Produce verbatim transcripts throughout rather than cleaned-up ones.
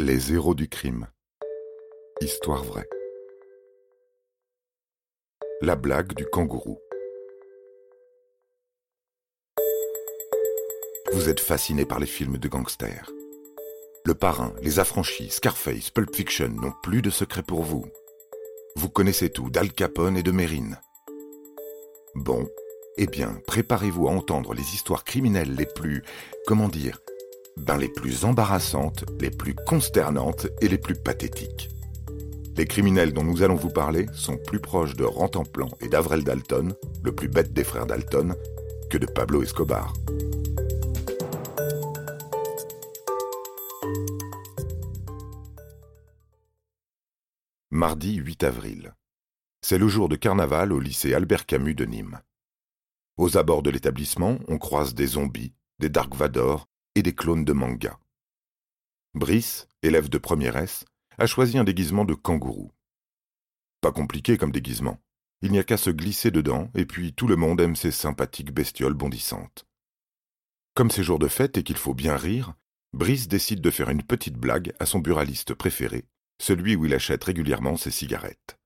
Les héros du crime. Histoire vraie. La blague du kangourou. Vous êtes fasciné par les films de gangsters. Le Parrain, Les Affranchis, Scarface, Pulp Fiction n'ont plus de secret pour vous. Vous connaissez tout d'Al Capone et de Mérine. Bon, eh bien, préparez-vous à entendre les histoires criminelles les plus, comment dire, ben les plus embarrassantes, les plus consternantes et les plus pathétiques. Les criminels dont nous allons vous parler sont plus proches de Rantanplan et d'Avrel Dalton, le plus bête des frères Dalton, que de Pablo Escobar. Mardi huit avril. C'est le jour de carnaval au lycée Albert Camus de Nîmes. Aux abords de l'établissement, on croise des zombies, des Dark Vador et des clones de manga. Brice, élève de première S, a choisi un déguisement de kangourou. Pas compliqué comme déguisement. Il n'y a qu'à se glisser dedans et puis tout le monde aime ces sympathiques bestioles bondissantes. Comme c'est jour de fête et qu'il faut bien rire, Brice décide de faire une petite blague à son buraliste préféré, celui où il achète régulièrement ses cigarettes.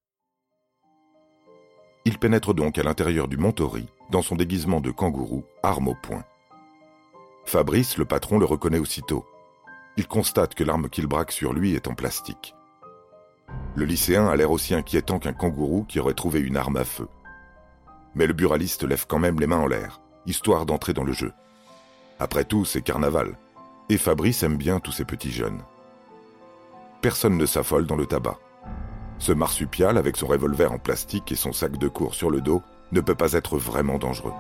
Il pénètre donc à l'intérieur du Montori, dans son déguisement de kangourou, arme au poing. Fabrice, le patron, le reconnaît aussitôt. Il constate que l'arme qu'il braque sur lui est en plastique. Le lycéen a l'air aussi inquiétant qu'un kangourou qui aurait trouvé une arme à feu. Mais le buraliste lève quand même les mains en l'air, histoire d'entrer dans le jeu. Après tout, c'est carnaval, et Fabrice aime bien tous ces petits jeunes. Personne ne s'affole dans le tabac. Ce marsupial, avec son revolver en plastique et son sac de cours sur le dos, ne peut pas être vraiment dangereux.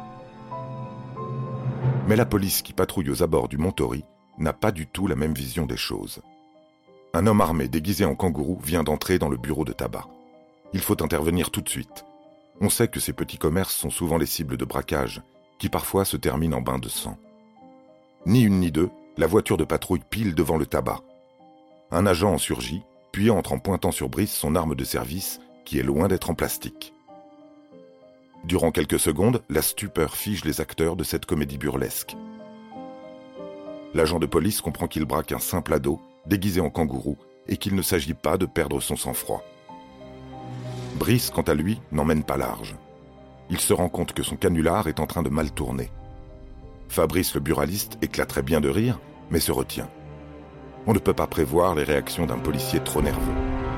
Mais la police qui patrouille aux abords du Montori n'a pas du tout la même vision des choses. Un homme armé déguisé en kangourou vient d'entrer dans le bureau de tabac. Il faut intervenir tout de suite. On sait que ces petits commerces sont souvent les cibles de braquage, qui parfois se terminent en bain de sang. Ni une ni deux, la voiture de patrouille pile devant le tabac. Un agent en surgit, puis entre en pointant sur Brice son arme de service, qui est loin d'être en plastique. Durant quelques secondes, la stupeur fige les acteurs de cette comédie burlesque. L'agent de police comprend qu'il braque un simple ado, déguisé en kangourou, et qu'il ne s'agit pas de perdre son sang-froid. Brice, quant à lui, n'emmène pas large. Il se rend compte que son canular est en train de mal tourner. Fabrice le buraliste éclaterait bien de rire, mais se retient. On ne peut pas prévoir les réactions d'un policier trop nerveux.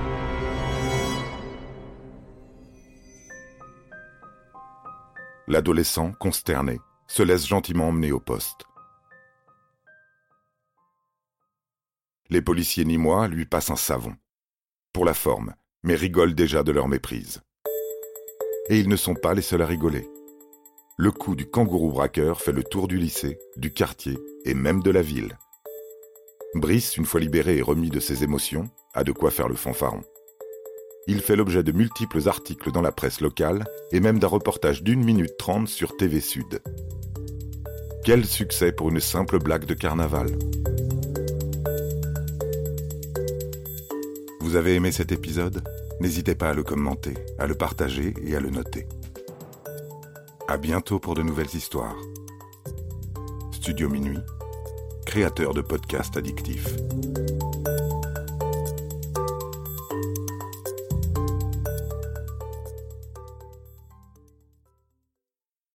L'adolescent, consterné, se laisse gentiment emmener au poste. Les policiers nîmois lui passent un savon. Pour la forme, mais rigolent déjà de leur méprise. Et ils ne sont pas les seuls à rigoler. Le coup du kangourou braqueur fait le tour du lycée, du quartier et même de la ville. Brice, une fois libéré et remis de ses émotions, a de quoi faire le fanfaron. Il fait l'objet de multiples articles dans la presse locale et même d'un reportage d'une minute trente sur T V Sud. Quel succès pour une simple blague de carnaval! Vous avez aimé cet épisode? N'hésitez pas à le commenter, à le partager et à le noter. À bientôt pour de nouvelles histoires. Studio Minuit, créateur de podcasts addictifs.